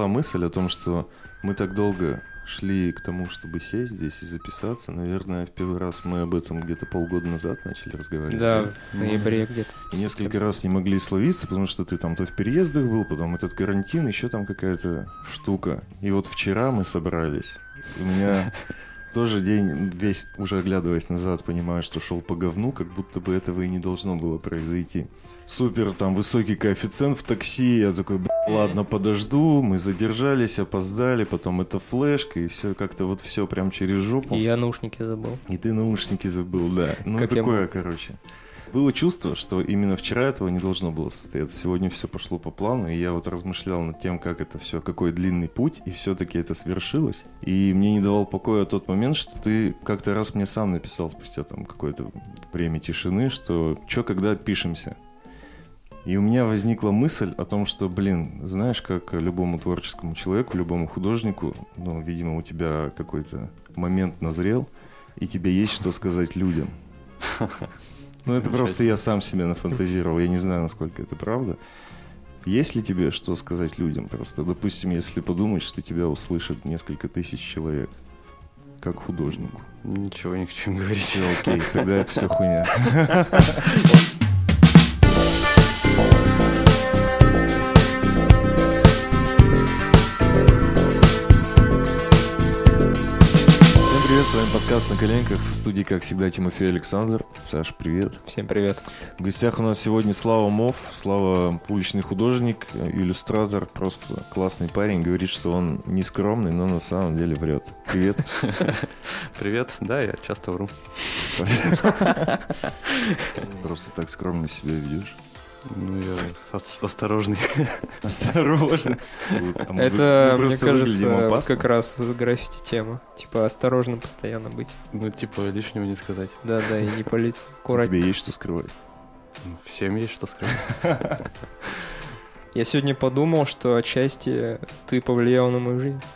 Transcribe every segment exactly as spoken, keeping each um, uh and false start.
пришла мысль о том, что мы так долго шли к тому, чтобы сесть здесь и записаться. Наверное, в первый раз мы об этом где-то полгода назад начали разговаривать. Да, в ноябре где-то. И несколько раз не могли словиться, потому что ты там то в переездах был, потом этот карантин, еще там какая-то штука. И вот вчера мы собрались. У меня тоже день, весь уже оглядываясь назад, понимаю, что шел по говну, как будто бы этого и не должно было произойти. Супер, там, высокий коэффициент в такси, я такой, бля, ладно, подожду, мы задержались, опоздали, потом это флешка, и все, как-то вот все прям через жопу. И я наушники забыл. И ты наушники забыл, да. Ну, Как такое, короче. Было чувство, что именно вчера этого не должно было состояться. Сегодня все пошло по плану, и я вот размышлял над тем, как это все, какой длинный путь, и все-таки это свершилось. И мне не давал покоя тот момент, что ты как-то раз мне сам написал спустя там какое-то время тишины, что «Чё, когда пишемся?» И у меня возникла мысль о том, что, блин, знаешь, как любому творческому человеку, любому художнику, ну, видимо, у тебя какой-то момент назрел, и тебе есть что сказать людям. Ну, это просто я сам себе нафантазировал, я не знаю, насколько это правда. Есть ли тебе что сказать людям? Просто, допустим, если подумать, что тебя услышат несколько тысяч человек, как художнику. Ничего не хочу говорить. Все, окей, тогда это все хуйня. Привет, с вами подкаст «На коленках», в студии, как всегда, Тимофей Александр. Саш, привет. Всем привет. В гостях у нас сегодня Слава Мов. Слава уличный художник, иллюстратор, просто классный парень. Говорит, что он не скромный, но на самом деле врет. Привет. Привет, да, я часто вру. Просто так скромно себя ведешь. Ну, я осторожный. Осторожно. Это, мне кажется, как раз граффити тема. Типа, осторожно постоянно быть. Ну, типа, лишнего не сказать. Да-да, и не палиться. Тебе есть что скрывать? Всем есть что скрывать. Я сегодня подумал, что отчасти ты повлиял на мою жизнь.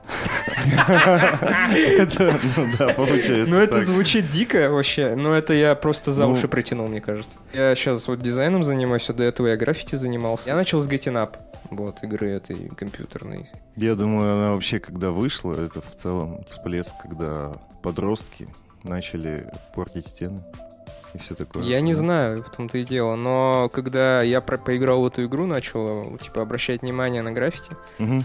Это, ну да, получается. Ну, это звучит дико вообще, но это я просто за уши притянул, мне кажется. Я сейчас вот дизайном занимаюсь, а до этого я граффити занимался. Я начал с Getting Up, вот, игры этой компьютерной. Я думаю, она вообще, когда вышла, это в целом всплеск, когда подростки начали портить стены. И все такое. Я не знаю, в том-то и дело, но когда я про- поиграл в эту игру, начал, типа, обращать внимание на граффити, угу.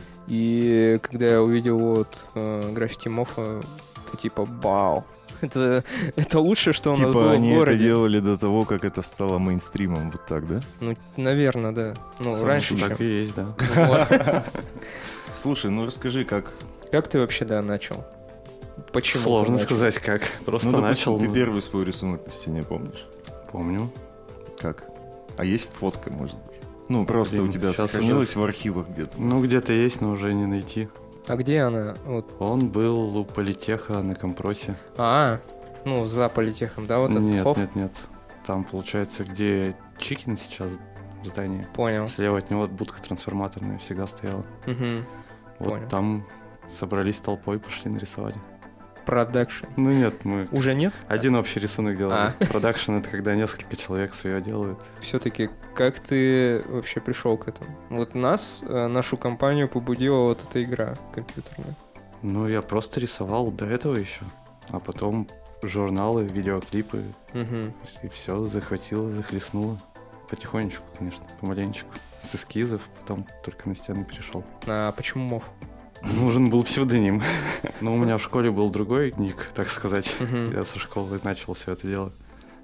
И когда я увидел вот э, граффити Мофа, то типа, вау, это, это лучшее, что у типа нас было в городе. Типа они это делали до того, как это стало мейнстримом, вот так, да? Ну, наверное, да. Ну, Сам раньше, так чем. и есть, да. Ну, вот. Слушай, ну расскажи, как... Как ты вообще, да, начал? Почему? Сложно сказать, как. Просто ну, допустим, начал. ты первый свой рисунок на стене помнишь? Помню. Как? А есть фотка, может быть? Ну, просто Блин, у тебя сейчас сохранилось уже... в архивах где-то. Ну, где-то есть, но уже не найти. А где она? Вот. Он был у Политеха на компросе. А, ну, за Политехом, да, вот этот Нет, хоф? нет, нет. Там, получается, где Чикин сейчас здание. Понял. Слева от него будка трансформаторная всегда стояла. Угу. Вот Понял. там собрались толпой, пошли нарисовали. Продакшн. Ну нет, мы... Уже нет? Один общий рисунок делали. А. Продакшн — это когда несколько человек свое делают. Все-таки, как ты вообще пришел к этому? Вот нас, э, нашу компанию побудила вот эта игра компьютерная. Ну, я просто рисовал до этого еще. А потом журналы, видеоклипы. Угу. И все захватило, захлестнуло. Потихонечку, конечно, помаленечку. С эскизов, потом только на стены перешел. А почему Мов? Нужен был псевдоним. Но у меня в школе был другой ник, так сказать. Угу. Я со школы начал все это дело.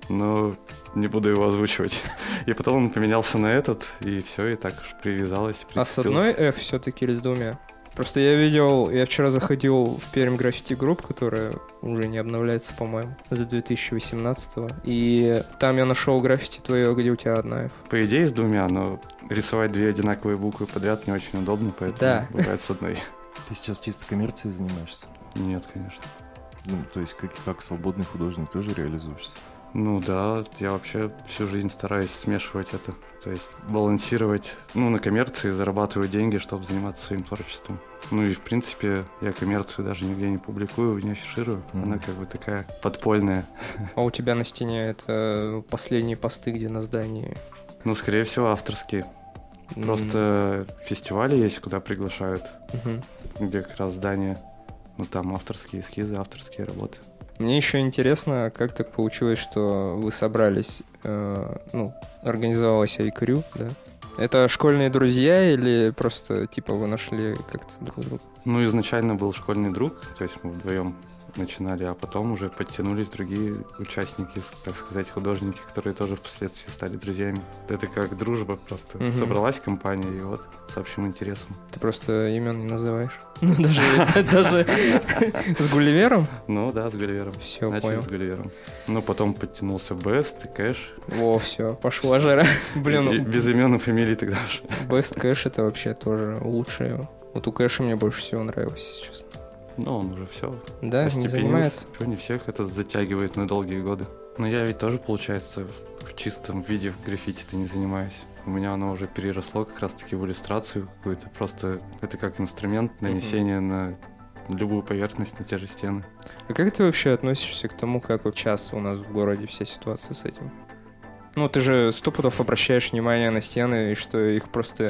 Но не буду его озвучивать. И потом он поменялся на этот, и все, и так уж привязалось. А с одной F все-таки или с двумя? Просто я видел, я вчера заходил в Пермь граффити групп, которая уже не обновляется, по-моему, за две тысячи восемнадцатого. И там я нашел граффити твое, где у тебя одна F. По идее с двумя, но рисовать две одинаковые буквы подряд не очень удобно, поэтому да. бывает с одной. Ты сейчас чисто коммерцией занимаешься? Нет, конечно. Ну, то есть как, как свободный художник тоже реализуешься? Ну да, я вообще всю жизнь стараюсь смешивать это. То есть балансировать, ну, на коммерции, зарабатываю деньги, чтобы заниматься своим творчеством. Ну и, в принципе, я коммерцию даже нигде не публикую, не афиширую. Mm-hmm. Она как бы такая подпольная. А у тебя на стене это последние посты, где на здании? Ну, скорее всего, авторские. Просто фестивали есть, куда приглашают, Мгм. где как раз здание, ну там авторские эскизы, авторские работы. Мне еще интересно, как так получилось, что вы собрались, э, ну, организовалась iCrew, да? Это школьные друзья или просто, типа, вы нашли как-то друг друга? Ну, изначально был школьный друг, то есть мы вдвоем начинали, а потом уже подтянулись другие участники, так сказать, художники, которые тоже впоследствии стали друзьями. Это как дружба просто. Мгм. Собралась компания, и вот с общим интересом. Ты просто имен не называешь. Ну, даже даже с Гулливером? Ну да, с Гулливером. Все, Начали понял. с Гулливером. Ну, потом подтянулся Бест и Кэш. Во, все, пошла жара. Блин, И ну, без имен и фамилий тогда уже. Best Cash это вообще тоже лучшее. Вот у Кэша мне больше всего нравилось, если честно. Ну, он уже все. Да, не занимается. Не всех это затягивает на долгие годы. Но я ведь тоже, получается, в чистом виде в граффити-то не занимаюсь. У меня оно уже переросло как раз-таки в иллюстрацию какую-то. Просто это как инструмент нанесения на любую поверхность, на те же стены. А как ты вообще относишься к тому, как вот сейчас у нас в городе вся ситуация с этим? Ну, ты же сто пудов обращаешь внимание на стены, и что их просто...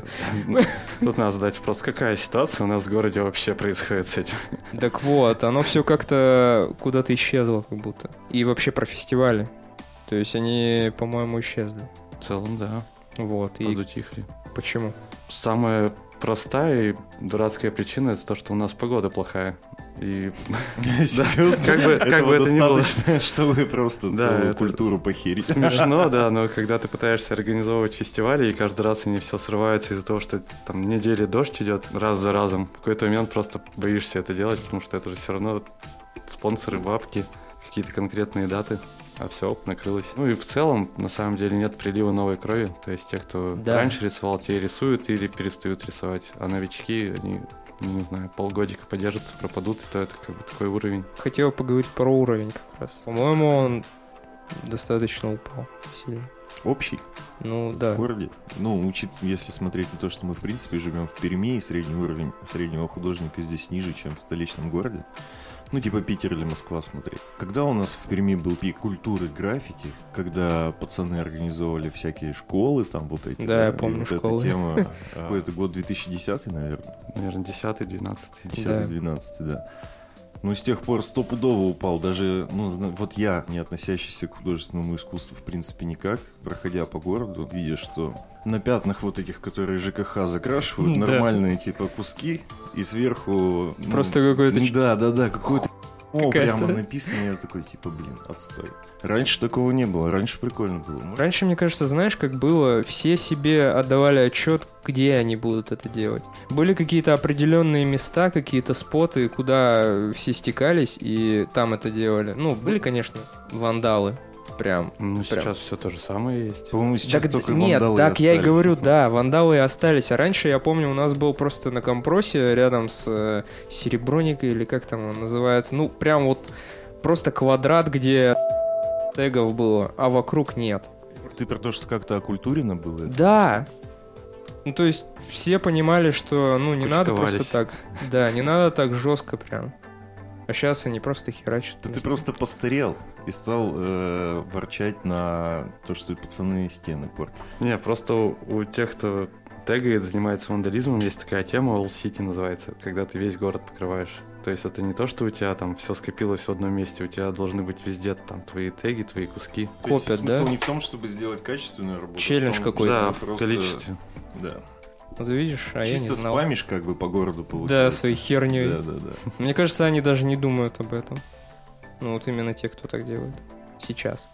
Тут надо задать вопрос, какая ситуация у нас в городе вообще происходит с этим? Так вот, оно все как-то куда-то исчезло как будто. И вообще про фестивали. То есть они, по-моему, исчезли. В целом, да, Вот, и подутихли. почему? Самая простая и дурацкая причина — это то, что у нас погода плохая. И Серьезно? как бы- как бы это ни было. достаточно, чтобы просто Да, целую это- культуру похерить. смешно, да, но когда ты пытаешься организовывать фестивали, и каждый раз они все срываются из-за того, что там недели дождь идет раз за разом, в какой-то момент просто боишься это делать, потому что это же все равно спонсоры, бабки, какие-то конкретные даты, а все, оп, накрылось. Ну и в целом, на самом деле, нет прилива новой крови, то есть те, кто Да. раньше рисовал, те рисуют или перестают рисовать, а новички, они, ну, не знаю, полгодика подержатся, пропадут, и то это как бы такой уровень. Хотел поговорить про уровень как раз. По-моему, он достаточно упал сильно. Общий Ну, да. в городе. Ну, учит, если смотреть на то, что мы, в принципе, живем в Перми, и средний уровень среднего художника здесь ниже, чем в столичном городе. Ну, типа Питер или Москва смотреть. Когда у нас в Перми был пик культуры граффити, когда пацаны организовывали всякие школы, там вот эти... Да, я и помню вот школы. эта тема. а, Какой-то год две тысячи десятый, наверное. Наверное, десятый, двенадцатый. десятый-двенадцатый, да. Ну, с тех пор стопудово упал. Даже, ну, зна- вот я, не относящийся к художественному искусству, в принципе, никак, проходя по городу, видя, что на пятнах вот этих, которые ЖКХ закрашивают, Да. нормальные, типа, куски, и сверху... ну, Просто какой-то... ну, Да, да, да, какой-то... О, Какая-то. прямо написано, я такой, типа, блин, отстой. Раньше такого не было, раньше прикольно было. Может, Раньше, мне кажется, знаешь, как было, все себе отдавали отчет, где они будут это делать. Были какие-то определенные места, какие-то споты, куда все стекались и там это делали. Ну, были, конечно, вандалы. Прям. Ну, Прям. сейчас все то же самое есть. По-моему, сейчас Так, только нет, вандалы так я и остались. говорю, да, вандалы и остались. А раньше, я помню, у нас был просто на компросе рядом с э, Сереброникой, или как там он называется, ну, прям вот просто квадрат, где тегов было, а вокруг нет. Ты про то, что как-то окультурено было? это? Да. Ну, то есть все понимали, что, ну, не надо просто Кучковались. так. Да, не надо так жестко прям. А сейчас они просто херачат. Да ты вместе. просто постарел и стал э, ворчать на то, что пацаны стены портят. Не, просто у, у тех, кто тегает, занимается вандализмом, есть такая тема, All City называется, когда ты весь город покрываешь. То есть это не то, что у тебя там все скопилось в одном месте, у тебя должны быть везде там твои теги, твои куски. То есть Копят, смысл да? не в том, чтобы сделать качественную работу. Челлендж в том, какой-то. Да, что в просто- количестве. Да. Вот видишь, а я Чисто не знал. спамишь как бы по городу Да, получается. своей херней. Да, да, да. Мне кажется, они даже не думают об этом. Ну, вот именно те, кто так делает. Сейчас.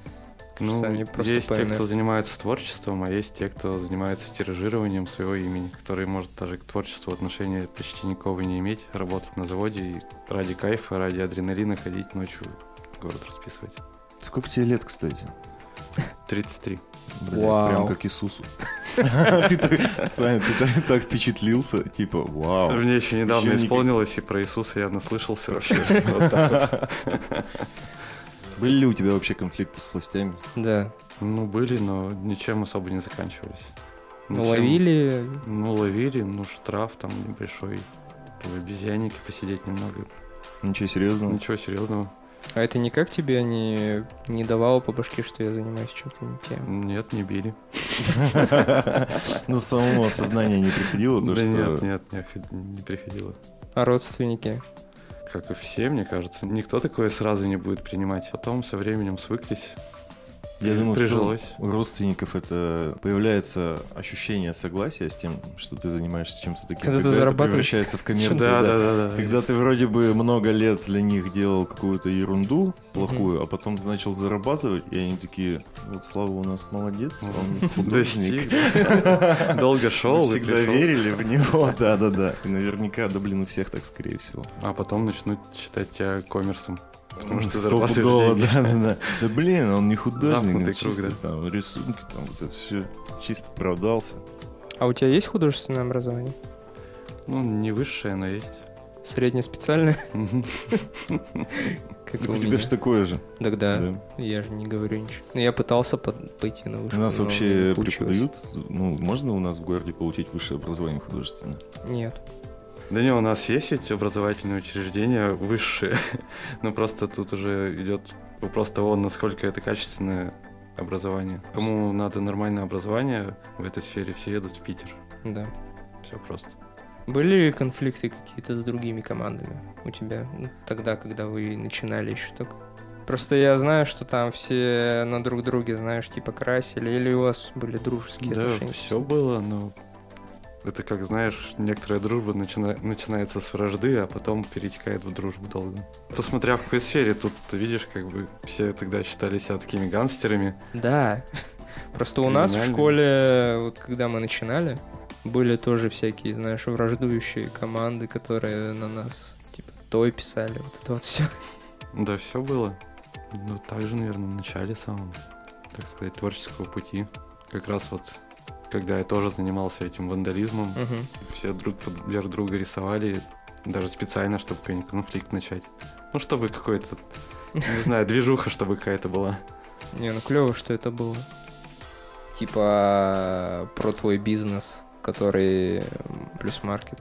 Ну, они просто есть по те, кто инерции. занимается творчеством, а есть те, кто занимается тиражированием своего имени, который может даже к творчеству отношения почти никакого не иметь, работать на заводе и ради кайфа, ради адреналина ходить ночью город расписывать. Сколько тебе лет, кстати? тридцать три. Бля, Вау. Прям как Иисусу. Ты так, Саня, ты так- так впечатлился, типа, вау. Мне еще недавно Ещё не- исполнилось, и про Иисуса я наслышался вообще. Вот так вот. Были ли у тебя вообще конфликты с властями? Да. Ну, были, но ничем особо не заканчивались. Ну, Ничем. ловили. Ну, ловили, ну, штраф там небольшой. В обезьяннике посидеть немного. Ничего серьезного. Ничего серьезного. А это никак тебе не, не давало по башке, что я занимаюсь чем-то не тем? Нет, не били. Ну, самому осознание не приходило, то, Да что... нет, нет, не, не приходило. А родственники? Как и все, мне кажется. Никто такое сразу не будет принимать. Потом со временем свыклись. Я думаю, в целом прижилось. у родственников это появляется ощущение согласия с тем, что ты занимаешься чем-то таким. Когда ты это зарабатываешь. превращается в коммерцию. Да, да. да, да, да. Когда ты вроде бы много лет для них делал какую-то ерунду плохую, а потом ты начал зарабатывать, и они такие: вот Слава у нас молодец, он художник. Достиг. Долго шел. Мы и всегда пришел. верили в него, да-да-да. И наверняка, да блин, у всех так, скорее всего. А потом начнут считать тебя коммерсом. Потому что ты Стопудово, зарабатываешь деньги. да-да-да. Да блин, он не художник, Замкнутый он круг, чисто да. там рисунки, там вот это все чисто продался. А у тебя есть художественное образование? Ну, не высшее, но есть. Среднеспециальное? Мгм. Как У у тебя меня. же такое же. Тогда Да. я же не говорю ничего. Ну, я пытался под- пойти на У высшее, нас но вообще не получилось. преподают, ну, можно у нас в городе получить высшее образование художественное? Нет. Да не, у нас есть эти образовательные учреждения высшие, но просто тут уже идет вопрос того, насколько это качественное образование. Кому надо нормальное образование в этой сфере, все едут в Питер. Да. Все просто. Были ли конфликты какие-то с другими командами у тебя? Ну, тогда, когда вы начинали еще только? Просто я знаю, что там все на друг друге, знаешь, типа красили, или у вас были дружеские Да, отношения? все было, но это как, знаешь, некоторая дружба начина- начинается с вражды, а потом перетекает в дружбу долго. Это смотря в какой сфере, тут ты видишь, как бы все тогда считали себя такими гангстерами. Да. Просто у нас в Криминальные. школе, вот когда мы начинали, были тоже всякие, знаешь, враждующие команды, которые на нас, типа, той писали, вот это вот все. Да, все было. Ну, так же, наверное, в начале самом, так сказать, творческого пути. Как раз вот, когда я тоже занимался этим вандализмом, все друг под вверх друга рисовали, даже специально, чтобы какой-нибудь конфликт начать. Ну, чтобы какой-то, не знаю, движуха, чтобы какая-то была. Не, ну клево, что это было. Типа про твой бизнес, который м, плюс маркет.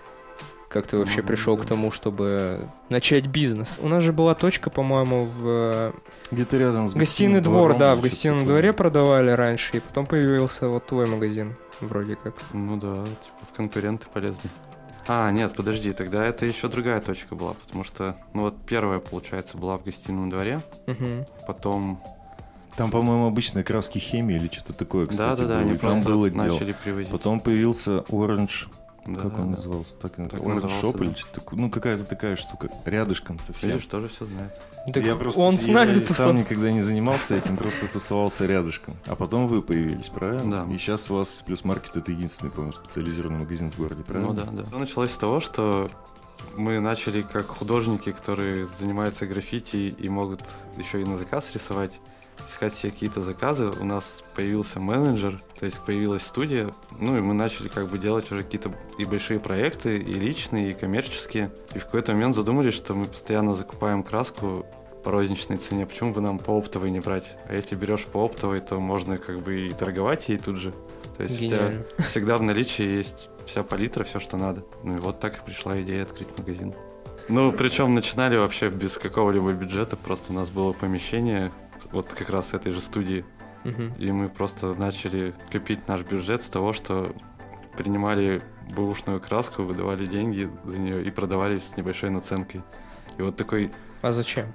Как ты вообще Ну, пришел да. к тому, чтобы начать бизнес? У нас же была точка, по-моему, в Где-то рядом с гостиный гостиным двор, двором да, или в что-то гостином такое. дворе продавали раньше, и потом появился вот твой магазин, вроде как. Ну да, типа в конкуренты полезли. А, нет, подожди, тогда это еще другая точка была, потому что, ну вот первая, получается, была в гостином дворе, Мгм. потом... Там, по-моему, обычные краски химии или что-то такое, кстати, Да-да-да, было, они и там просто было дело. начали привозить. Потом появился Orange, Да, как да, он да. назывался? Так, и- Так и Orange назывался, Shop да. или что-то такое. Ну, какая-то такая штука, рядышком совсем. Видишь, тоже все знает. Так я просто он с я нами сам тусовался. никогда не занимался этим, просто тусовался рядышком. А потом вы появились, правильно? Да. И сейчас у вас Плюс Маркет — это единственный, по-моему, специализированный магазин в городе, правильно? Ну да, да. Все началось с того, что мы начали как художники, которые занимаются граффити и могут еще и на заказ рисовать, искать себе какие-то заказы. У нас появился менеджер, то есть появилась студия. Ну и мы начали как бы делать уже какие-то и большие проекты, и личные, и коммерческие. И в какой-то момент задумались, что мы постоянно закупаем краску по розничной цене. Почему бы нам по оптовой не брать? А если берешь по оптовой, то можно как бы и торговать ей тут же. То есть у Гениально. тебя всегда в наличии есть вся палитра, все, что надо. Ну и вот так и пришла идея открыть магазин. Ну, причем начинали вообще без какого-либо бюджета, просто у нас было помещение, вот как раз этой же студии, Мгм. и мы просто начали копить наш бюджет с того, что принимали бэушную краску, выдавали деньги за нее и продавали с небольшой наценкой. И вот такой, А зачем?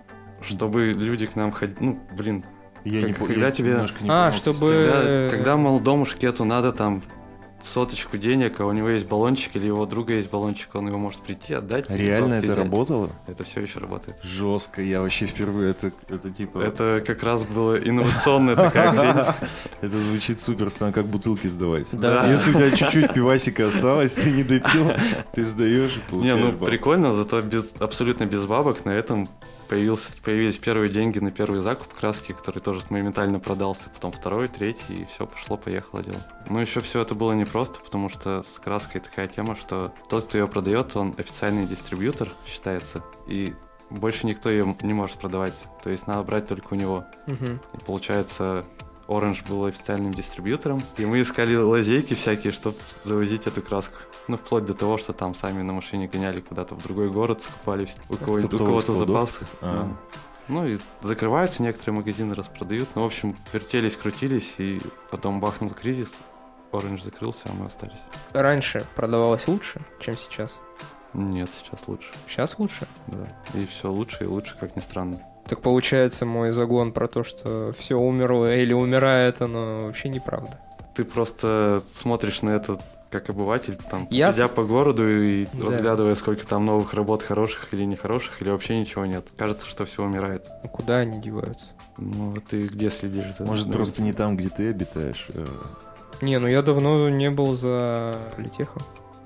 чтобы люди к нам ходили, ну, блин, Я Как- не по- когда я тебе- немножко не А, понял чтобы- систему. когда, Э, когда молодому шкету надо там соточку денег, а у него есть баллончик, или у его друга есть баллончик, он его может прийти, отдать. и Реально бабки это взять. работало? Это все еще работает. Жестко, я вообще впервые это, это типа... Это как раз было инновационная такая хрень. Это звучит супер странно, как бутылки сдавать. Да. Если у тебя чуть-чуть пивасика осталось, ты не допил, ты сдаешь и Не, получаешь ну бабки. прикольно, зато без, абсолютно без бабок на этом появился, появились первые деньги на первый закуп краски, который тоже моментально продался, потом второй, третий, и все, пошло-поехало дело. Ну, еще все это было непросто, потому что с краской такая тема, что тот, кто ее продает, он официальный дистрибьютор считается, и больше никто ее не может продавать, то есть надо брать только у него. Мгм. И получается, Orange был официальным дистрибьютором, и мы искали лазейки всякие, чтобы завозить эту краску. Ну, вплоть до того, что там сами на машине гоняли куда-то в другой город, скупали у, кого- у кого-то запасы. А. Да. Ну и закрываются, некоторые магазины распродают. Ну, в общем, вертелись, крутились, и потом бахнул кризис. Orange закрылся, а мы остались. Раньше продавалось лучше, чем сейчас. Нет, сейчас лучше. Сейчас лучше? Да. И все лучше и лучше, как ни странно. Так получается, мой загон про то, что все умерло или умирает, оно вообще неправда. Ты просто смотришь на это как обыватель, там, Я идя с- по городу и Да. разглядывая, сколько там новых работ, хороших или нехороших, или вообще ничего нет. Кажется, что все умирает. Ну, куда они деваются? Ну, а ты где следишь за Может, за просто этим? не там, где ты обитаешь. э, Не, ну я давно не был за политехом.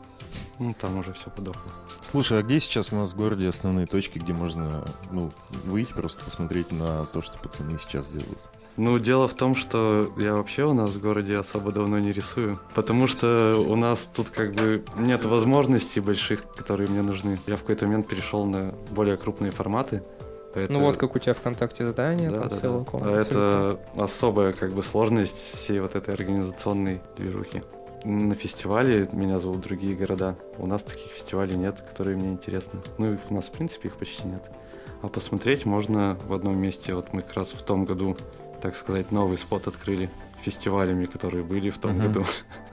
Ну, там уже все подохло. Слушай, а где сейчас у нас в городе основные точки, где можно, ну, выйти просто посмотреть на то, что пацаны сейчас делают? Ну, дело в том, что я вообще у нас в городе особо давно не рисую, потому что у нас тут как бы нет возможностей больших, которые мне нужны. Я в какой-то момент перешел на более крупные форматы. Это- Ну вот как у тебя ВКонтакте здание, Да, там да, да. целиком. А это особая как бы сложность всей вот этой организационной движухи. На фестивале меня зовут другие города. У нас таких фестивалей нет, которые мне интересны. Ну и у нас в принципе их почти нет. А посмотреть можно в одном месте. Вот мы как раз в том году, так сказать, новый спот открыли фестивалями, которые были в том Мгм. году.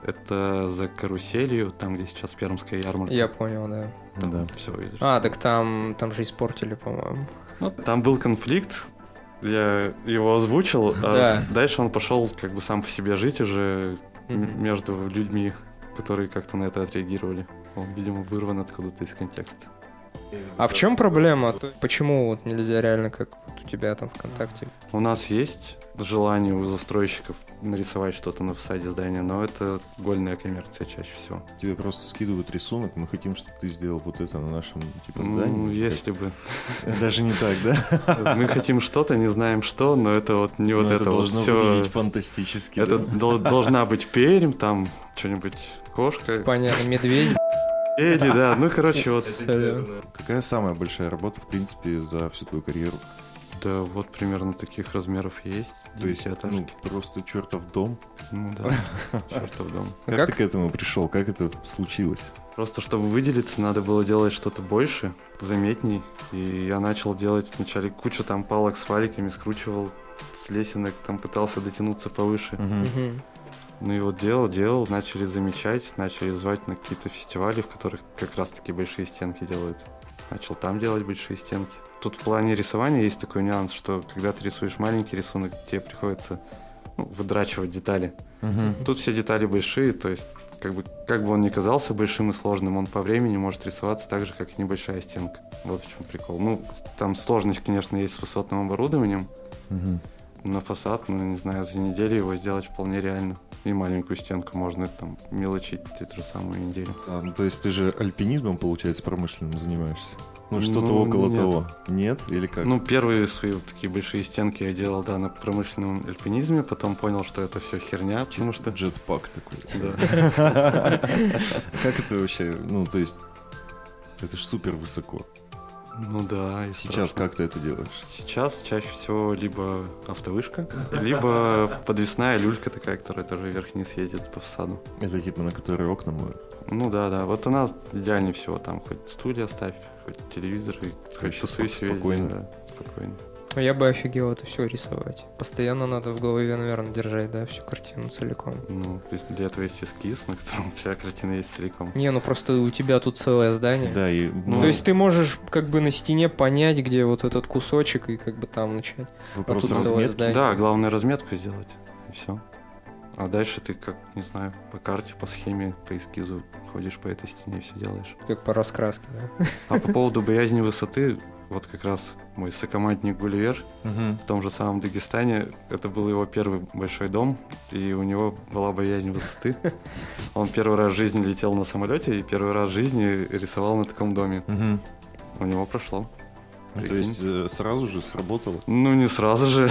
Это за каруселью, там, где сейчас Пермская ярмарка. Я понял, да. Там Да. все А, так там, там же испортили, по-моему. Ну, там был конфликт, я его озвучил, а Да. дальше он пошел как бы сам по себе жить уже м- Мгм. между людьми, которые как-то на это отреагировали. Он, видимо, вырван откуда-то из контекста. А в чем проблема? То есть почему вот нельзя реально, как вот у тебя там ВКонтакте? У нас есть желание у застройщиков нарисовать что-то на фасаде здания, но это гольная коммерция чаще всего. Тебе просто скидывают рисунок, мы хотим, чтобы ты сделал вот это на нашем типа Ну, здании. если бы. Как- Даже не так, да? Мы хотим что-то, не знаем что, но это вот не вот Но это вот должно все. выглядеть фантастически. Это да? дол- должна быть Пермь, там что-нибудь кошка. Понятно, медведь. Эдди, да. Ну, короче, вот. Какая самая большая работа, в принципе, за всю твою карьеру? Да, вот примерно таких размеров есть. То есть, девятиэтажки. ну, просто чертов дом. Ну да, чертов дом. Как, Как? ты к этому пришел? Как это случилось? Просто чтобы выделиться, надо было делать что-то больше, заметней. И я начал делать вначале кучу там палок с валиками, скручивал с лесенок, там пытался дотянуться повыше. Мгм. Ну и вот делал, делал, начали замечать, начали звать на какие-то фестивали, в которых как раз-таки большие стенки делают. Начал там делать большие стенки. Тут в плане рисования есть такой нюанс, что когда ты рисуешь маленький рисунок, тебе приходится ну, выдрачивать детали. Мгм. Тут все детали большие, то есть как бы, как бы он ни казался большим и сложным, он по времени может рисоваться так же, как и небольшая стенка. Вот в чем прикол. Ну, там сложность, конечно, есть с высотным оборудованием. Мгм. На фасад, ну, не знаю, за неделю его сделать вполне реально. И маленькую стенку можно там мелочить эту же самую неделю. А, ну, то есть ты же альпинизмом, получается, промышленным занимаешься? Ну, что-то Ну, около нет. того. Нет? Или как? Ну, первые свои вот такие большие стенки я делал, да, на промышленном альпинизме, потом понял, что это все херня, потому Чисто что... джетпак такой. Да. Как это вообще? Ну, то есть, это ж супер высоко. Ну да. и Сейчас страшно. как ты это делаешь? Сейчас чаще всего либо автовышка, либо подвесная люлька такая, которая тоже вверх-вниз едет по фасаду. Это типа на которые окна моют? Ну да, да. Вот она идеальнее всего. Там хоть студия ставь, хоть телевизор, и хоть Короче, тусуйся спок- весь спокойно. день, да, спокойно. А я бы офигел это все рисовать. Постоянно надо в голове, наверное, держать, да, всю картину целиком. Ну, то есть для этого есть эскиз, на котором вся картина есть целиком. Не, ну просто у тебя тут целое здание. Да, и... Ну, То есть ты можешь как бы на стене понять, где вот этот кусочек, и как бы там начать. вопрос а тут целое разметки. здание. Да, главное разметку сделать, и все. А дальше ты, как, не знаю, по карте, по схеме, по эскизу ходишь по этой стене и все делаешь. Как по раскраске, да. А по поводу боязни высоты, вот как раз мой сокомандник Гулливер Мгм. в том же самом Дагестане, это был его первый большой дом, и у него была боязнь высоты. Он первый раз в жизни летел на самолете и первый раз в жизни рисовал на таком доме. Мгм. У него прошло. Ну, то Прикинь. есть э, сразу же сработало? Ну, не сразу же.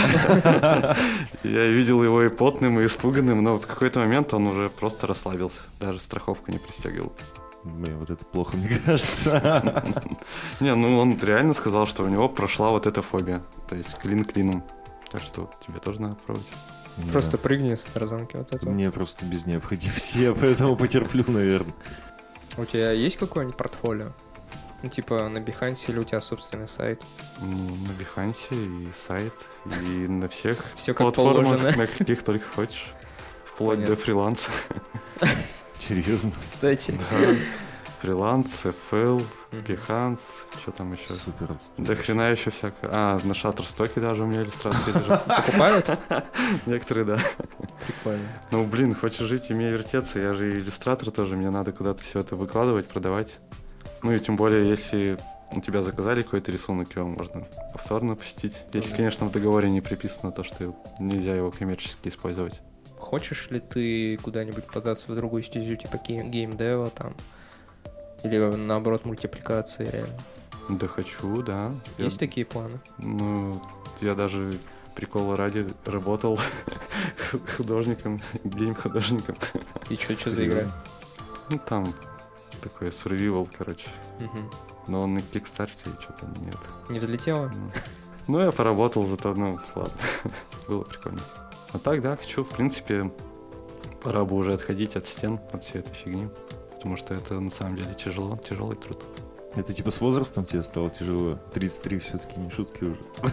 Я видел его и потным, и испуганным, но в какой-то момент он уже просто расслабился. Даже страховку не пристегивал. Блин, вот это плохо, мне кажется. Не, ну он реально сказал, что у него прошла вот эта фобия. То есть клин клином. Так что тебе тоже надо пробовать. Да. Просто прыгни с тарзанки вот это. Мне просто без необходимости, я поэтому потерплю, наверное. У тебя есть какое-нибудь портфолио? Ну, типа на Behance или у тебя собственный сайт? Ну, на Behance и сайт, и на всех Все как платформах, положено. на каких только хочешь. Вплоть Понятно. до фриланса. Серьезно? Кстати. Да. Фриланс, эф эл, Мгм. Behance, что там еще? Супер отстой. Да хрена еще всякое. А, на Shutterstock даже у меня иллюстрации лежат. Покупают? Некоторые, да. Прикольно. Ну, блин, хочешь жить, умей вертеться. Я же иллюстратор тоже, мне надо куда-то все это выкладывать, продавать. Ну и тем более, если у тебя заказали какой-то рисунок, его можно повторно посетить. Если, Мгм. конечно, в договоре не приписано то, что нельзя его коммерчески использовать. Хочешь ли ты куда-нибудь податься в другую стезю, типа гейм- геймдева там? Или наоборот мультипликации реально? Да хочу, да. Я- Есть такие планы? Ну, я даже прикола ради работал художником, гейм-художником. И что, что за игра? Ну, там такой survival, короче. Мгм. Но он на Кикстарте что-то нет. Не взлетело? Ну, ну, я поработал, зато, ну, ладно, было прикольно. А так, да, хочу, в принципе, пора бы уже отходить от стен, от всей этой фигни, потому что это на самом деле тяжело, тяжелый труд. Это типа с возрастом тебе стало тяжело? тридцать три все-таки не шутки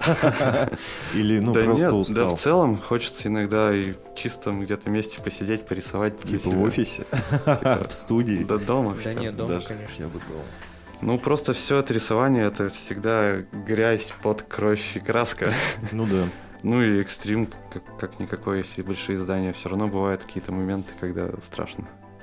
уже. Или ну да просто нет, устал? да в целом хочется иногда и в чистом где-то месте посидеть, порисовать. для Типа в себя. офисе? Типа, В студии? Да дома Да хотя бы. нет, дома, Даже конечно. я бы дома. Ну, просто все это рисование, это всегда грязь, пот, кровь и краска. Ну да. Ну и экстрим, как, как никакой, если большие издания, все равно бывают какие-то моменты, когда страшно.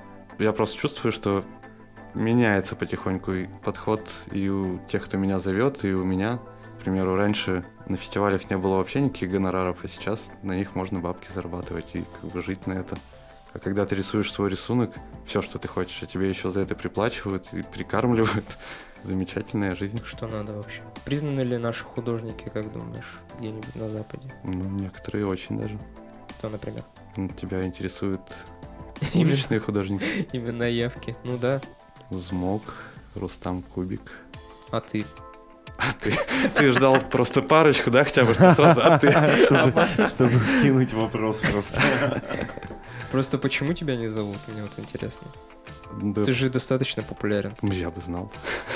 Я просто чувствую, что меняется потихоньку и подход и у тех, кто меня зовет, и у меня. К примеру, раньше на фестивалях не было вообще никаких гонораров, а сейчас на них можно бабки зарабатывать и как бы жить на это. А когда ты рисуешь свой рисунок, все, что ты хочешь, а тебе еще за это приплачивают и прикармливают. Замечательная жизнь. Что надо вообще? Признаны ли наши художники, как думаешь, где-нибудь на Западе? Ну, некоторые очень даже. Кто, например? Ну, тебя интересуют Именно, уличные художники. именно явки. Ну да. Змог, Рустам Кубик. А ты? А ты, ты ждал просто парочку, да, хотя бы, что сразу, а ты? Чтобы, чтобы вкинуть вопрос просто. Просто почему тебя не зовут? Мне вот интересно. Да, Ты же достаточно популярен. я бы знал.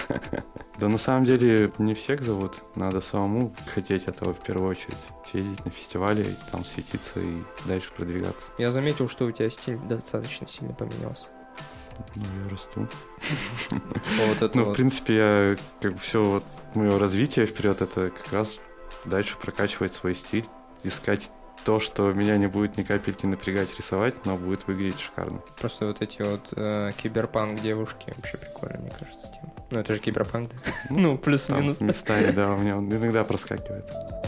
Да на самом деле не всех зовут, надо самому хотеть этого в первую очередь. Съездить на фестивале, там светиться и дальше продвигаться. Я заметил, что у тебя стиль достаточно сильно поменялся. Ну, я расту. Типа вот это Ну, в вот. принципе, я как бы все вот мое развитие вперед, это как раз дальше прокачивать свой стиль, искать то, что меня не будет ни капельки напрягать рисовать, но будет выглядеть шикарно. Просто вот эти вот э, киберпанк девушки вообще прикольно, мне кажется, тема. Ну это же киберпанк, да? Ну, Там плюс-минус. местами, да, у меня он иногда проскакивает.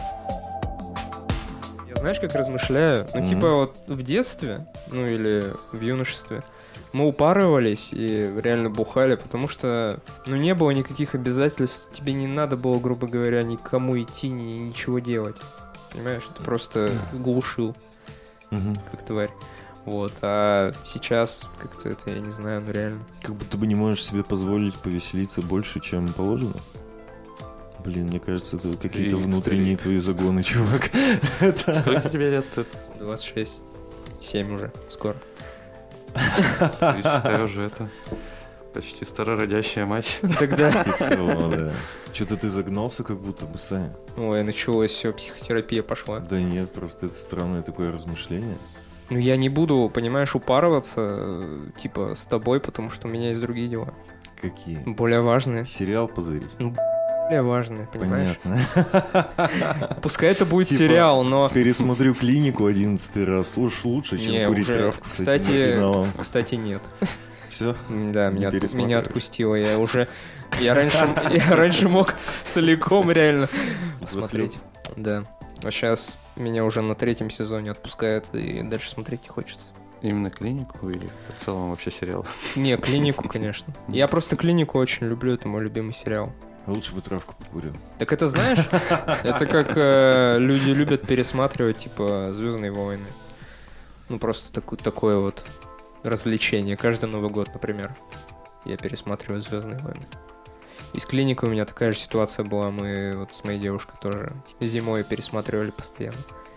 Я знаешь, как размышляю? Ну, Мгм. типа вот в детстве, ну или в юношестве, мы упарывались и реально бухали, потому что, ну, не было никаких обязательств, тебе не надо было, грубо говоря, никому идти, ни, ничего делать. Понимаешь? Ты просто глушил, Мгм. как тварь. Вот, а сейчас как-то это, я не знаю, ну реально. Как будто бы не можешь себе позволить повеселиться больше, чем положено. Блин, мне кажется, это какие-то Старик, внутренние старик. твои загоны, чувак. Это... Сколько тебе лет? Ты, двадцать шесть. семь уже, скоро. ты, считай, уже это почти старородящая мать. Тогда. Типа того, да. Что-то ты загнался, как будто бы, Саня. Ой, началось все, психотерапия пошла. Да нет, просто это странное такое размышление. Ну, я не буду, понимаешь, упарываться, э, типа, с тобой, потому что у меня есть другие дела. Какие? Более важные. Сериал позырить? Более важные, понимаешь? Понятно. Пускай это будет Типа, сериал, но... Пересмотрю клинику одиннадцатый раз. Уж лучше, чем Не, курить уже, травку с кстати, этим финалом. кстати, нет. Все? Да, Не меня, отпу- пересматриваешь. меня отпустило. Я уже... Я раньше, я раньше мог целиком реально посмотреть. Да. А сейчас меня уже на третьем сезоне отпускают, и дальше смотреть не хочется. Именно клинику или в целом вообще сериал? Не, клинику, конечно. Я просто клинику очень люблю, это мой любимый сериал. Лучше бы травку покурил. Так это знаешь, это как э, люди любят пересматривать, типа, «Звездные войны». Ну, просто таку- такое вот развлечение. Каждый Новый год, например, я пересматриваю «Звездные войны». И с клиникой у меня такая же ситуация была. Мы вот с моей девушкой тоже зимой пересматривали постоянно.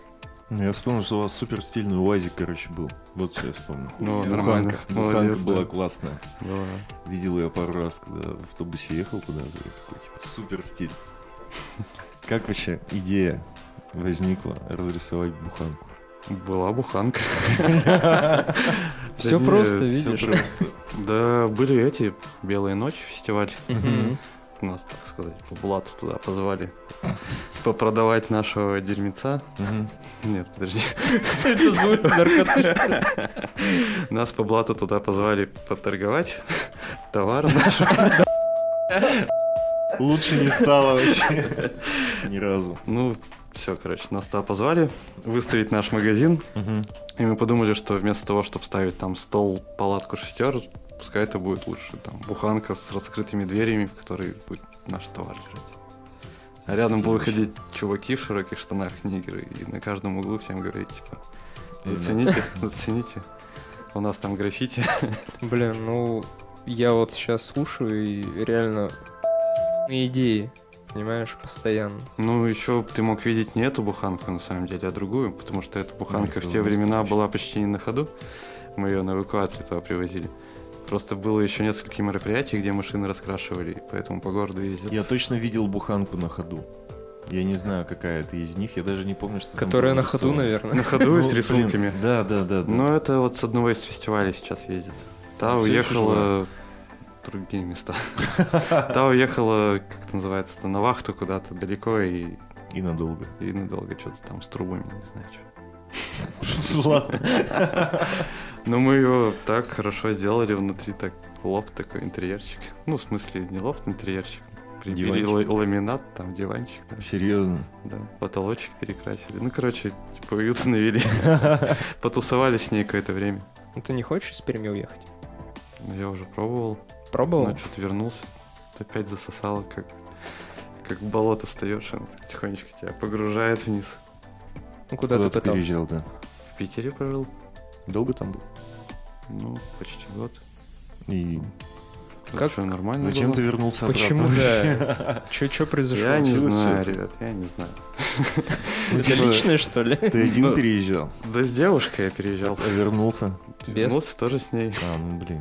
Ну, я вспомнил, что у вас супер стильный УАЗик, короче, был. Вот что я вспомнил. Ну, Буханка. нормально. Буханка Молодец, была да. классная. Была. Видел ее пару раз, когда в автобусе ехал куда-то. И такой, типа, супер стиль. Как вообще идея возникла разрисовать буханку? Была буханка. Все Да просто, нет, Всё видишь. просто. Да, были эти «Белые ночи» фестиваль. Мгм. Нас, так сказать, по блату туда позвали попродавать нашего дерьмеца. Мгм. Нет, подожди. Это звук наркотический. Нас по блату туда позвали поторговать товар наш. Лучше не стало вообще. Ни разу. Ну, все, короче, нас туда позвали выставить наш магазин. Мгм. И мы подумали, что вместо того, чтобы ставить там стол, палатку, шатер, пускай это будет лучше. Там буханка с раскрытыми дверями, в которой будет наш товар лежать. А рядом будут ходить чуваки в широких штанах, нигеры, и на каждом углу всем говорить, типа, зацените, зацените. У нас там граффити. Блин, ну, я вот сейчас слушаю и реально идеи, понимаешь, постоянно. Ну, еще ты мог видеть не эту буханку, на самом деле, а другую, потому что эта буханка Ну, в те это времена настоящая. была почти не на ходу. Мы ее на эвакуаторе туда привозили. Просто было еще несколько мероприятий, где машины раскрашивали, и поэтому по городу ездят. Я точно видел буханку на ходу. Я не знаю, какая это из них. Я даже не помню, что там Которая было на ходу, нарисовано. наверное. На ходу и с Ну, блин, рисунками. Да, да, да. да. Ну, это вот с одного из фестивалей сейчас ездит. Та Всё еще уехала в другие места. Та уехала, как это называется, на вахту куда-то далеко и, И надолго. и надолго что-то там с трубами, не знаю что. Ладно. Но мы его так хорошо сделали внутри, так лофт такой, интерьерчик. Ну, в смысле, не лофт, интерьерчик. Прибили Диванчик. ла- ламинат, там диванчик, да, Серьезно. да, потолочек перекрасили. Ну, короче, типа уютно навели. Потусовались с ней какое-то время. Ну, ты не хочешь из Перми уехать? Ну, я уже пробовал, Пробовал? но что-то вернулся. Опять засосало, как, как в болото встаешь, он тихонечко тебя погружает вниз. Ну, куда, Куда ты ты пытался? переезжал, да? В Питере прожил, Долго там был? ну, почти год. И Как- Что, нормально зачем было? ты вернулся Почему, обратно? да? Че, че произошло? Я не случилось знаю, что-то? ребят, я не знаю. Ну, Это типа, личное, что ли? Ты один Ну, переезжал, Да с девушкой я переезжал. а вернулся. Без? Вернулся тоже с ней. А, ну блин.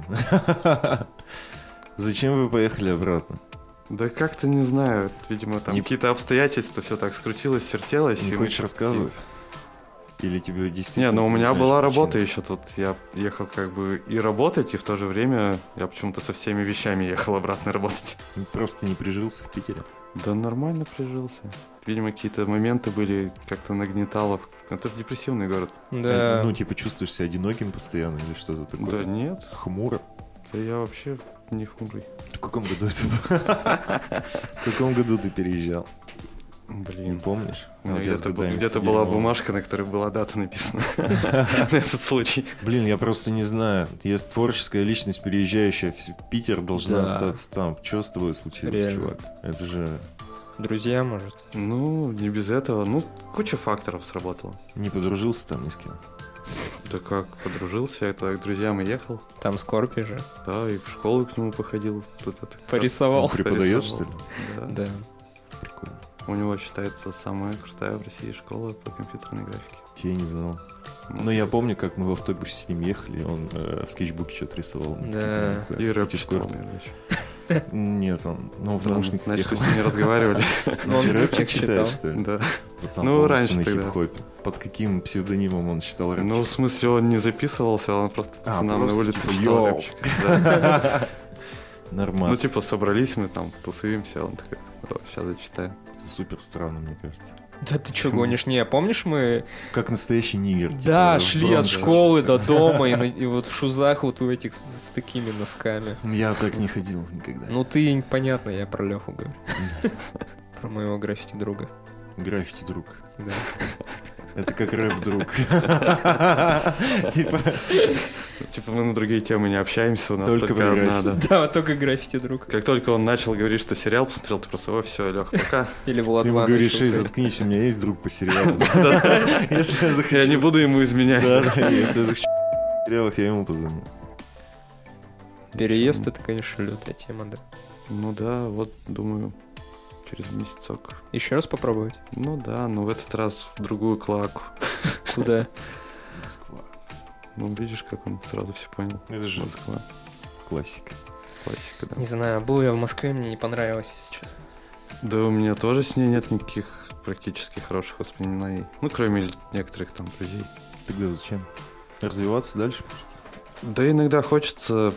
Зачем вы поехали обратно? Да как-то не знаю, видимо, там Не- какие-то обстоятельства, все так скрутилось, вертелось. Не и мы хочешь как-то- рассказывать? Или тебе действительно... Не, ну у ты меня знаешь была причину? работа еще тут. Я ехал как бы и работать, и в то же время я почему-то со всеми вещами ехал обратно работать. Просто не прижился в Питере. Да нормально прижился. Видимо, какие-то моменты были, как-то нагнетало. Это же депрессивный город. Да. Ну, типа, чувствуешь себя одиноким постоянно или что-то такое? Да нет, Хмуро. да я вообще не хмурый. В каком году это было? В каком году ты переезжал? Не Блин. помнишь? У меня Вот я с где-то, бу- годами где-то сидел, была ну, бумажка, на которой была дата написана на этот случай. Блин, я просто не знаю. Есть творческая личность, переезжающая в Питер, должна Да. остаться там. Что с тобой случилось, Реально. чувак? Это же Друзья, может. Ну, не без этого. Ну, куча факторов сработала. не подружился там ни с кем. Да как, подружился, это к друзьям и ехал. Там Скорпи же. Да, и в школу к нему походил. Тут это как раз Порисовал. Он преподает, что ли? Да. Да. Прикольно. У него считается самая крутая в России школа по компьютерной графике. Я не знал. Ну, Но я помню, как мы в автобусе с ним ехали, он э, в скетчбуке что-то рисовал. Да. И рэп Типа, читал, скоро- наверное, еще. Нет, он ну, в Да, наушниках значит, ехал. с ним не разговаривали. Ну, он Рэп рэпчик читает, читал. что ли? Да. Пацан Ну, полностью раньше на тогда. хип-хопе. Под каким псевдонимом он читал рэп? Ну, в смысле, он не записывался, он просто А, пацанам на просто улице типа, читал «Йоу». рэпчик. Да. Нормально. Ну, типа, собрались мы там, тусуемся, он такой, сейчас зачитаю. Супер странно, мне кажется. Да ты чё Почему? гонишь? Не, помнишь мы... Как настоящий нигер. типа, Да, в шли от бронзе. школы до дома и, на- и вот в шузах вот в этих с, с такими носками. Я так не ходил никогда. Ну ты, понятно, я про Леху говорю. Про моего граффити друга. Граффити друг. Да. Это как рэп друг. Типа, Типа, мы на другие темы не общаемся, у нас Только только про одна, граффити. да. Да, вот только граффити друг. Как только он начал говорить, что сериал посмотрел, ты просто, о, все, Лех, пока. Или ты Влад ему Ван говоришь, начал эй, говорить. заткнись, у меня есть друг по сериалу. Если я захочу. Я не буду ему изменять. Да, да, если я захочу в сериалах, я ему позвоню. Переезд — это, конечно, лютая тема, да. Ну да, вот, думаю, через месяцок. Еще раз попробовать? Ну да, но в этот раз в другую клаку. Куда? Москва. Ну, видишь, как он сразу все понял. Это же Москва. классика. Классика, да. Не знаю, был я в Москве, мне не понравилось, если честно. Да у меня тоже с ней нет никаких практически хороших воспоминаний. Ну, кроме некоторых там друзей. Тогда зачем? Развиваться дальше просто? Да иногда хочется,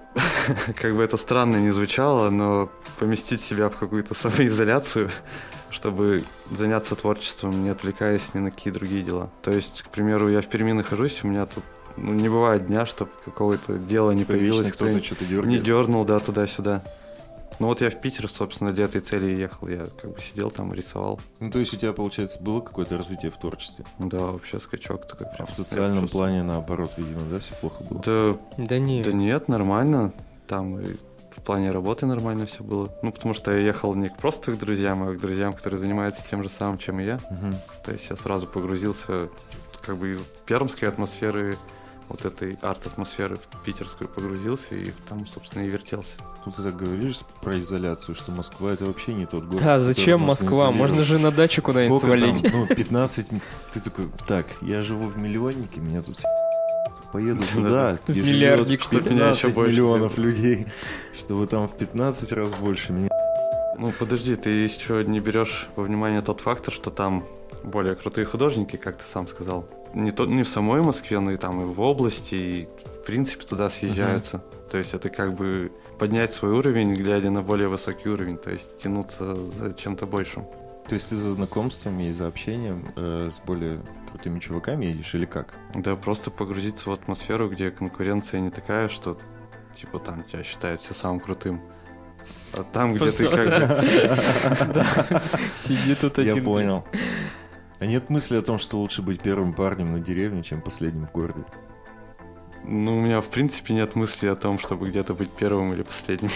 как бы это странно не звучало, но поместить себя в какую-то самоизоляцию, чтобы заняться творчеством, не отвлекаясь ни на какие другие дела. То есть, к примеру, я в Перми нахожусь, у меня тут ну, не бывает дня, чтобы какого-то дела не появилось, кто-то кто что-то не дергает. дернул, да, туда-сюда. Ну вот я в Питер, собственно, для этой цели ехал. Я как бы сидел там, рисовал. Ну, то есть у тебя, получается, было какое-то развитие в творчестве? Да, вообще скачок такой. А прям. в социальном Я чувствую. плане, наоборот, видимо, да, все плохо было? Да, Да не. да нет, нормально. Там и в плане работы нормально все было. Ну, потому что я ехал не к просто к друзьям, а к друзьям, которые занимаются тем же самым, чем и я. Мгм. То есть я сразу погрузился как бы из пермской атмосферы, вот этой арт-атмосферы в питерскую погрузился и там, собственно, и вертелся. Ну, ты так говоришь про изоляцию, что Москва — это вообще не тот город. Да, который зачем можно Москва? изолировать. Можно же на дачу куда-нибудь Сколько там? свалить. Ну, пятнадцать... м- Ты такой, так, я живу в миллионнике, меня тут с***. Поеду туда, где В миллиардник, живет что ли? Меня еще пятнадцать больше миллионов всех. людей, чтобы там в пятнадцать раз больше меня. Ну, подожди, ты еще не берешь во внимание тот фактор, что там более крутые художники, как ты сам сказал. Не, то, не в самой Москве, но и там и в области, и в принципе туда съезжаются. То есть это как бы поднять свой уровень, глядя на более высокий уровень, то есть тянуться за чем-то большим. То есть ты за знакомствами и за общением э, с более крутыми чуваками едешь или как? Да, просто погрузиться в атмосферу, где конкуренция не такая, что типа там тебя считают все самым крутым. А там, где ты как бы... Да. Сиди тут один. Я понял. А нет мысли о том, что лучше быть первым парнем на деревне, чем последним в городе? Ну, у меня в принципе нет мысли о том, чтобы где-то быть первым или последним.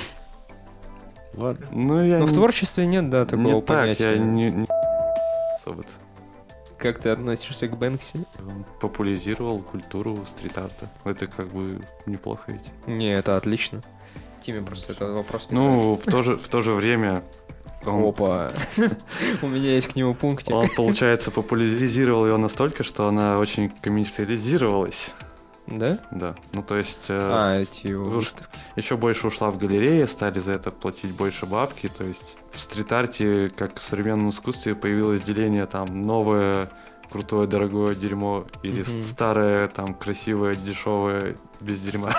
Ладно. Ну, я Но в не- творчестве нет, да, такого не так, понятия. я не... не особо-то. Как ты относишься к Бэнкси? Он популяризировал культуру стрит-арта. Это как бы неплохо ведь. Не, это отлично. Тиме просто этот вопрос не Ну, в то же, в то же время он, нравится. Опа. У меня есть к нему пунктик. он, получается, популяризировал ее настолько, что она очень коммерциализировалась. Да? Да. Ну, то есть э, А, эти его уж- выставки. еще больше ушла в галереи, стали за это платить больше бабки. То есть в стрит-арте, как в современном искусстве, появилось деление там новое, крутое, дорогое дерьмо или Мгм. старое, там, красивое, дешевое, без дерьма.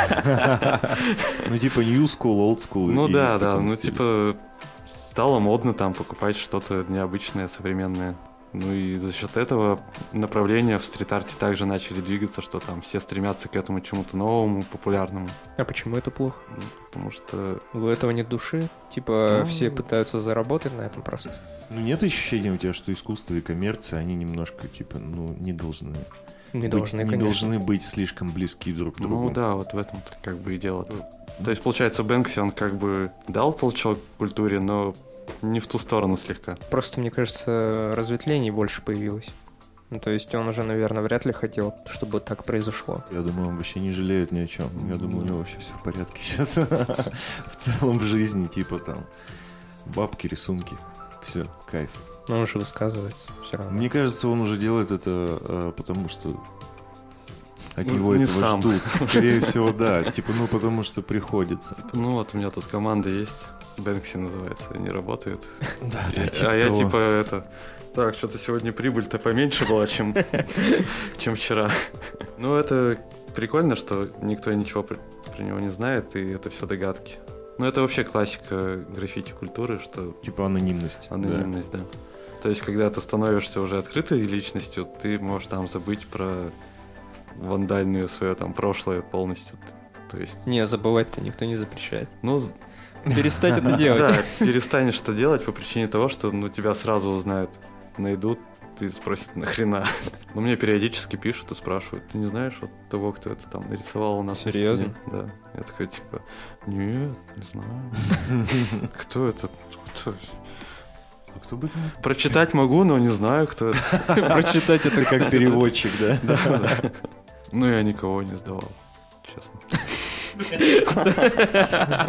Ну, типа new school, old school. Ну и да, в да, таком ну стиле. типа стало модно там покупать что-то необычное, современное. Ну и за счет этого направления в стрит-арте также начали двигаться, что там все стремятся к этому чему-то новому, популярному. А почему это плохо? Ну, потому что... У этого нет души? Типа Ну. все пытаются заработать на этом просто? Ну, нет ощущения у тебя, что искусство и коммерция, они немножко, типа, ну, не должны, Не быть, должны, не конечно. должны быть слишком близки друг к другу. Ну да, вот в этом-то как бы и дело. То есть, получается, Бэнкси, он как бы дал толчок культуре, но не в ту сторону слегка. Просто, мне кажется, разветвлений больше появилось. Ну, то есть он уже, наверное, вряд ли хотел, чтобы так произошло. Я думаю, он вообще не жалеет ни о чем. Я думаю, у него вообще все в порядке сейчас. В целом в жизни, типа там, бабки, рисунки. Все, кайф. Но он же высказывается все равно. Мне кажется, он уже делает это, э, потому что от Ну, него не этого сам. ждут. Скорее всего, да. Типа, ну, потому что приходится. Ну вот у меня тут команда есть, Бэнкси называется, они работают. Да, И- а я типа это... Так, что-то сегодня прибыль-то поменьше была, чем, чем вчера. Ну, это прикольно, что никто ничего про, про него не знает, и это все догадки. Ну, это вообще классика граффити-культуры, что Типа анонимность. да. анонимность, да. То есть, когда ты становишься уже открытой личностью, ты можешь там забыть про вандальное свое там прошлое полностью. То есть, Не, забывать-то никто не запрещает. ну, Перестать это делать. да, перестанешь это делать по причине того, что ну, тебя сразу узнают, найдут, и спросят, нахрена. Но мне периодически пишут и спрашивают, ты не знаешь вот того, кто это там нарисовал у нас на Серьезно? стене?» Да. Я такой, типа, нет, не знаю. Кто это? Кто? А кто бы там? Прочитать могу, но не знаю, кто это. Прочитать это, Ты как кстати, переводчик, да? Да, да. Ну, я никого не сдавал, честно.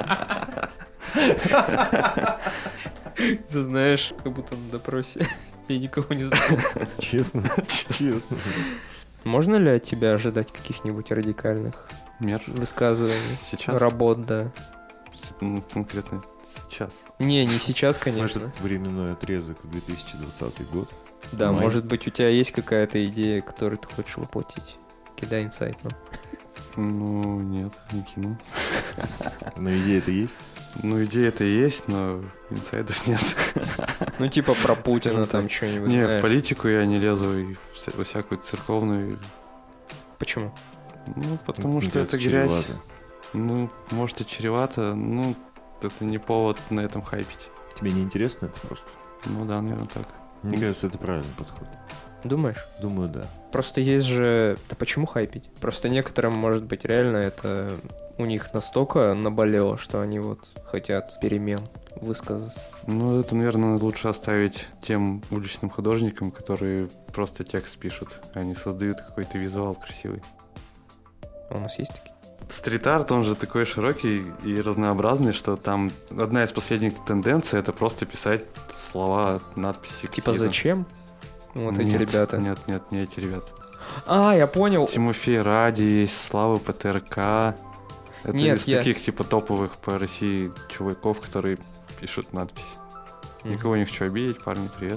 Ты знаешь, как будто на допросе. принципе, я никого не знаю. Честно? Честно. Можно ли от тебя ожидать каких-нибудь радикальных Мер высказываний? сейчас? Работ, да. Ну, конкретно сейчас. Не, не сейчас, конечно. Может, временной отрезок две тысячи двадцатый год. Да, Май. может быть, у тебя есть какая-то идея, которую ты хочешь воплотить. Кидай инсайт, ну. Ну, нет, не кину. Но идея-то есть? Ну, идея-то есть, но инсайдов нет. Ну, типа про Путина там что-нибудь, Не, в знаешь. политику я не лезу, и в вся- во всякую церковную. Почему? Ну, потому Мне что кажется, это грязь. чревато. Ну, может и чревато, ну, это не повод на этом хайпить. Тебе не интересно это просто? Ну да, наверное, так. Мне кажется, это правильный подход. Думаешь? Думаю, да. Просто есть же... Да почему хайпить? Просто некоторым, может быть, реально это у них настолько наболело, что они вот хотят перемен высказаться. Ну, это, наверное, лучше оставить тем уличным художникам, которые просто текст пишут, они создают какой-то визуал красивый. А у нас есть такие? Стрит-арт, он же такой широкий и разнообразный, что там одна из последних тенденций — это просто писать слова, надписи. Типа какие-то. зачем? Вот эти Нет, ребята. Нет, нет, не эти ребята. А, я понял. Тимофей Ради есть, Слава ПТРК. Это Нет, из я- таких типа топовых по России чуваков, которые пишут надписи. Никого не хочу обидеть, парни, привет.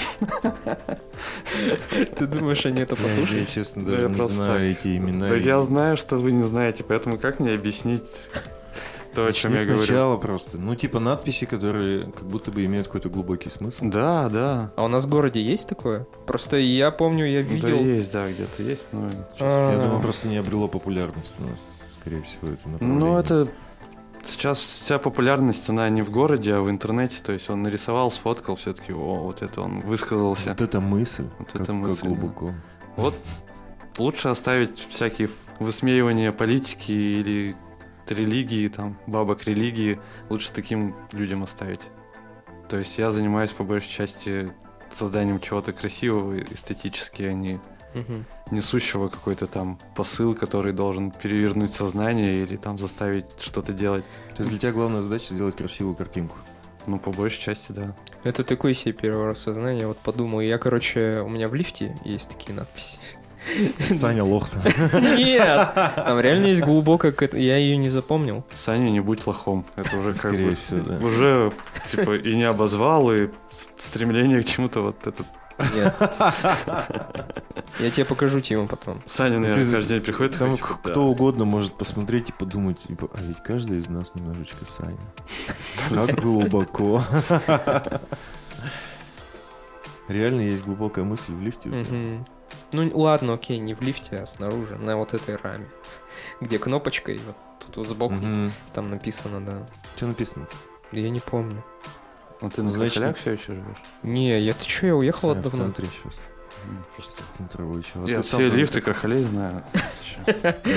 Ты думаешь, они это Я, я, послушают? честно, Да даже я не просто знаю так. эти имена. Да И- я знаю, что вы не знаете, поэтому как мне объяснить то, о чем Начни я говорю? сначала просто. Ну, типа надписи, которые как будто бы имеют какой-то глубокий смысл. Да, да. А у нас в городе есть такое? Просто я помню, я Да видел... есть, да, где-то есть, но... А, Я думаю, просто не обрело популярность у нас, скорее всего, это направление. Ну, это... Сейчас вся популярность, она не в городе, а в интернете. То есть он нарисовал, сфоткал, все-таки, о, вот это он высказался. Вот эта мысль, Вот как, эта как мысль, да. глубоко. Вот лучше оставить всякие высмеивания политики или религии, там, бабок религии, лучше таким людям оставить. То есть я занимаюсь по большей части созданием чего-то красивого, эстетически, а не мгм. несущего какой-то там посыл, который должен перевернуть сознание или там заставить что-то делать. То есть для тебя главная задача сделать красивую картинку. Ну, по большей части, да. Это такой себе переворот сознания. Вот подумал, я, короче, у меня в лифте есть такие надписи. Саня лох там. Нет! Там реально есть глубокая... какая-то- Я ее не запомнил. Саня, не будь лохом. Это уже как Скорее бы всего, да. уже типа и не обозвал, и с- стремление к чему-то вот это. Нет. Я тебе покажу Тиму потом. Саня, наверное, Ты- каждый день приходит и Там такой, к- типа, кто угодно может посмотреть и подумать, типа, а ведь каждый из нас немножечко Саня. Как глубоко. Реально есть глубокая мысль в лифте. у тебя? Мгм. Ну ладно, окей, не в лифте, а снаружи, на вот этой раме. Где кнопочка, и вот тут вот сбоку Мгм. там написано, да. Что написано? Я не помню. Ну ты на Значит, Коколях все еще живешь? Не, я ты чё, я уехал Саня в давно. центре сейчас. Просто центровой чувак. Я Ты все сам- лифты крахалей знаю. Чё?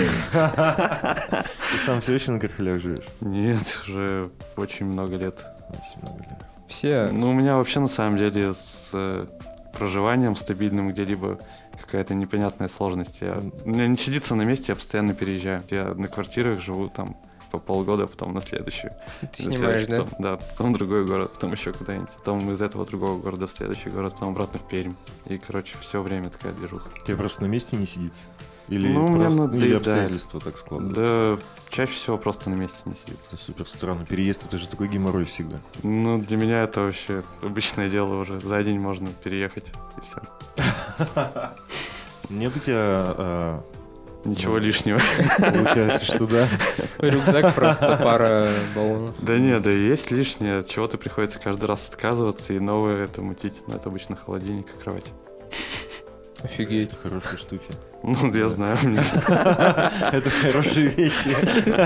Ты сам все еще на Кархалях живешь? Нет, уже очень много лет. Очень много лет. Все, Ну, у меня вообще на самом деле с э, проживанием стабильным где-либо какая-то непонятная сложность. Я, у меня не сидится на месте, я постоянно переезжаю. Я на квартирах живу там по полгода, потом на следующую. ты На снимаешь, следующую, да? Потом, да, потом другой город, потом еще куда-нибудь. Потом из этого другого города в следующий город, потом обратно в Пермь. И, короче, все время такая движуха. Тебе просто на месте не сидится? Или, Ну, мне просто, или надоедает. обстоятельства так складываются? Да, чаще всего просто на месте не сидит. Это супер странно. Переезд — это же такой геморрой всегда. Ну, для меня это вообще обычное дело уже. За день можно переехать, и все. Нет у тебя... а, Ничего Ну. лишнего. получается, что да? Рюкзак просто пара баллонов. Да нет, да и есть лишнее, от чего-то приходится каждый раз отказываться и новое это мутить. Но это обычно холодильник и кровать. Офигеть. Это хорошие штуки. Ну, я знаю. мне- Это хорошие вещи.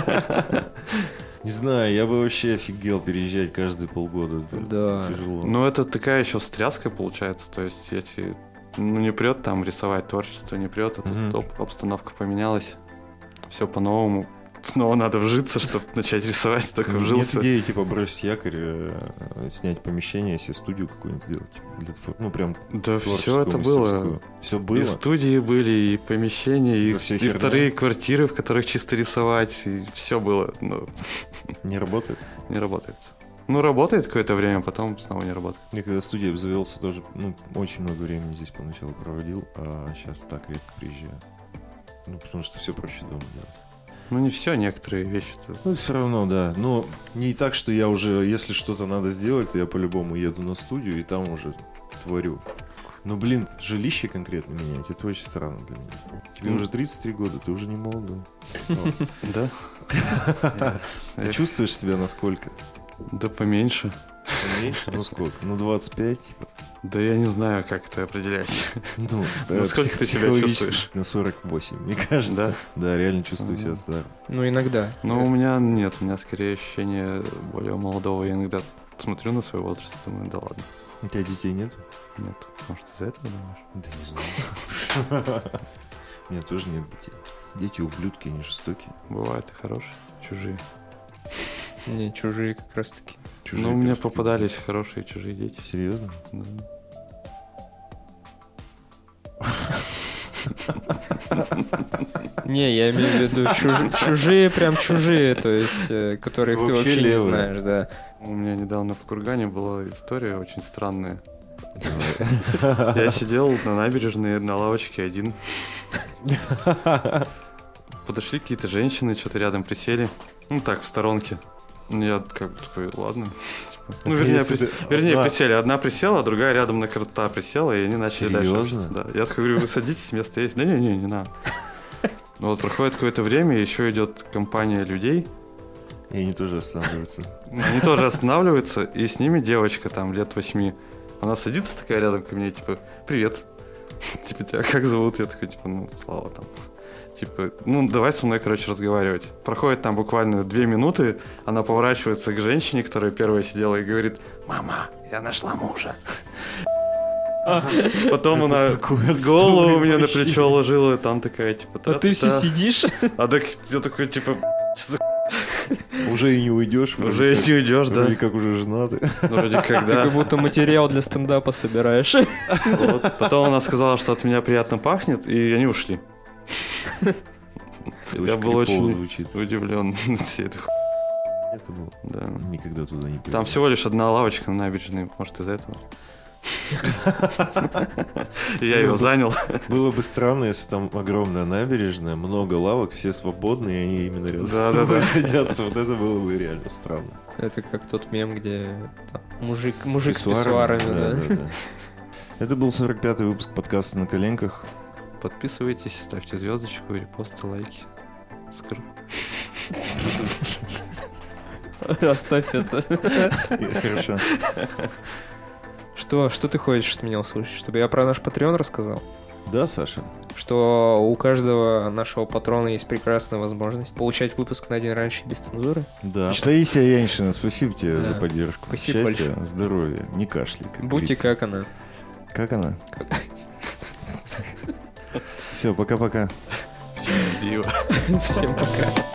Не знаю, я бы вообще офигел переезжать каждые полгода. Это Да. тяжело. Ну, это такая еще встряска получается. То есть, я тебе... Ну, не прет там рисовать творчество, не прет, а тут Мгм. оп, обстановка поменялась. Все по-новому. Снова надо вжиться, чтобы начать рисовать, только Нет вжился. идеи, типа, бросить якорь, э, снять помещение, себе студию какую-нибудь сделать. типа, для твор- ну, прям Да все это было. Все было. И студии были, и помещения, и, Да, вся и херня. вторые квартиры, в которых чисто рисовать, и все было, но Не работает. не работает. Ну, работает какое-то время, потом снова не работает. Я когда студия обзавелся, тоже, ну, очень много времени здесь поначалу проводил, а сейчас так редко приезжаю. Ну, потому что все проще дома делать. Ну, не все, некоторые вещи-то. Ну, все равно, да. Но не так, что я уже, если что-то надо сделать, то я по-любому еду на студию и там уже творю. Но, блин, жилище конкретно менять, это очень странно для меня. Тебе уже тридцать три года, ты уже не молодой. Да? Ты чувствуешь себя насколько? Да поменьше. Поменьше? Ну сколько? Ну двадцать пять, типа. Да я не знаю, как это определять. Ну, насколько ты себя чувствуешь? На сорок восемь, мне кажется. Да? Да, реально чувствую себя старым. Ну, иногда. Но у меня нет, у меня скорее ощущение более молодого. Я иногда смотрю на свой возраст и думаю, да ладно. У тебя детей нет? Нет. Может, из-за этого думаешь? Да не знаю. У меня тоже нет детей. Дети ублюдки, они жестокие. Бывают и хорошие, чужие. Не, чужие как раз-таки. Ну, мне попадались хорошие чужие дети. Серьезно? Да. Не, я имею в виду чуж- чужие, прям чужие, то есть, э, которых ты Вообще вообще не левые. знаешь, да. У меня недавно в Кургане была история очень странная. Я сидел на набережной на лавочке один. Подошли какие-то женщины, что-то рядом присели. Ну так, в сторонке. Ну, я как бы такой, ладно. Типа. Ну, вернее, Если при- ты- вернее одна- присели. Одна присела, а другая рядом на крота присела, и они начали дальше Серьезно? общаться. Да. Я такой говорю, вы садитесь, место есть. Да не, не, не надо. Ну, вот проходит какое-то время, еще идет компания людей. И они тоже останавливаются. Они тоже останавливаются, и с ними девочка там лет восьми. Она садится такая рядом ко мне, типа, привет. Типа, тебя как зовут? Я такой, типа, ну, Слава там. Типа, ну, давай со мной, короче, разговаривать. Проходит там буквально две минуты, она поворачивается к женщине, которая первая сидела, и говорит, мама, я нашла мужа. Потом она голову мне на плечо ложила, и там такая, типа, А ты все сидишь? А так я такой, типа, Уже и не уйдешь. уже и не уйдешь, да? Вроде как уже женаты. Вроде как, Ты да. как будто материал для стендапа собираешь. Вот. Потом она сказала, что от меня приятно пахнет, и они ушли. Я был очень звучит. удивлен всей этой ху... Это было. Да. Никогда туда не пойду. Там всего лишь одна лавочка на набережной, может, из-за этого. Я ее занял. Было бы странно, если там огромная набережная, много лавок, все свободные, и они именно рядом Да, с да, тобой да. садятся. Вот это было бы реально странно. Это как тот мем, где там, мужик, С мужик с писсуарами, писсуарами, да. да. Это был сорок пятый выпуск подкаста «На коленках». Подписывайтесь, ставьте звездочку, репосты, лайки. Скоро. Оставь это. Хорошо. Что, что ты хочешь от меня услышать? Чтобы я про наш Patreon рассказал? Да, Саша? Что у каждого нашего патрона есть прекрасная возможность получать выпуск на день раньше без цензуры. Да. Таисия Яньшина, спасибо тебе Да. за поддержку. Спасибо Счастья, здоровья, не кашляй. как Будьте говорится. как она. Как она? Как- Все, пока-пока. Счастливо. Всем пока.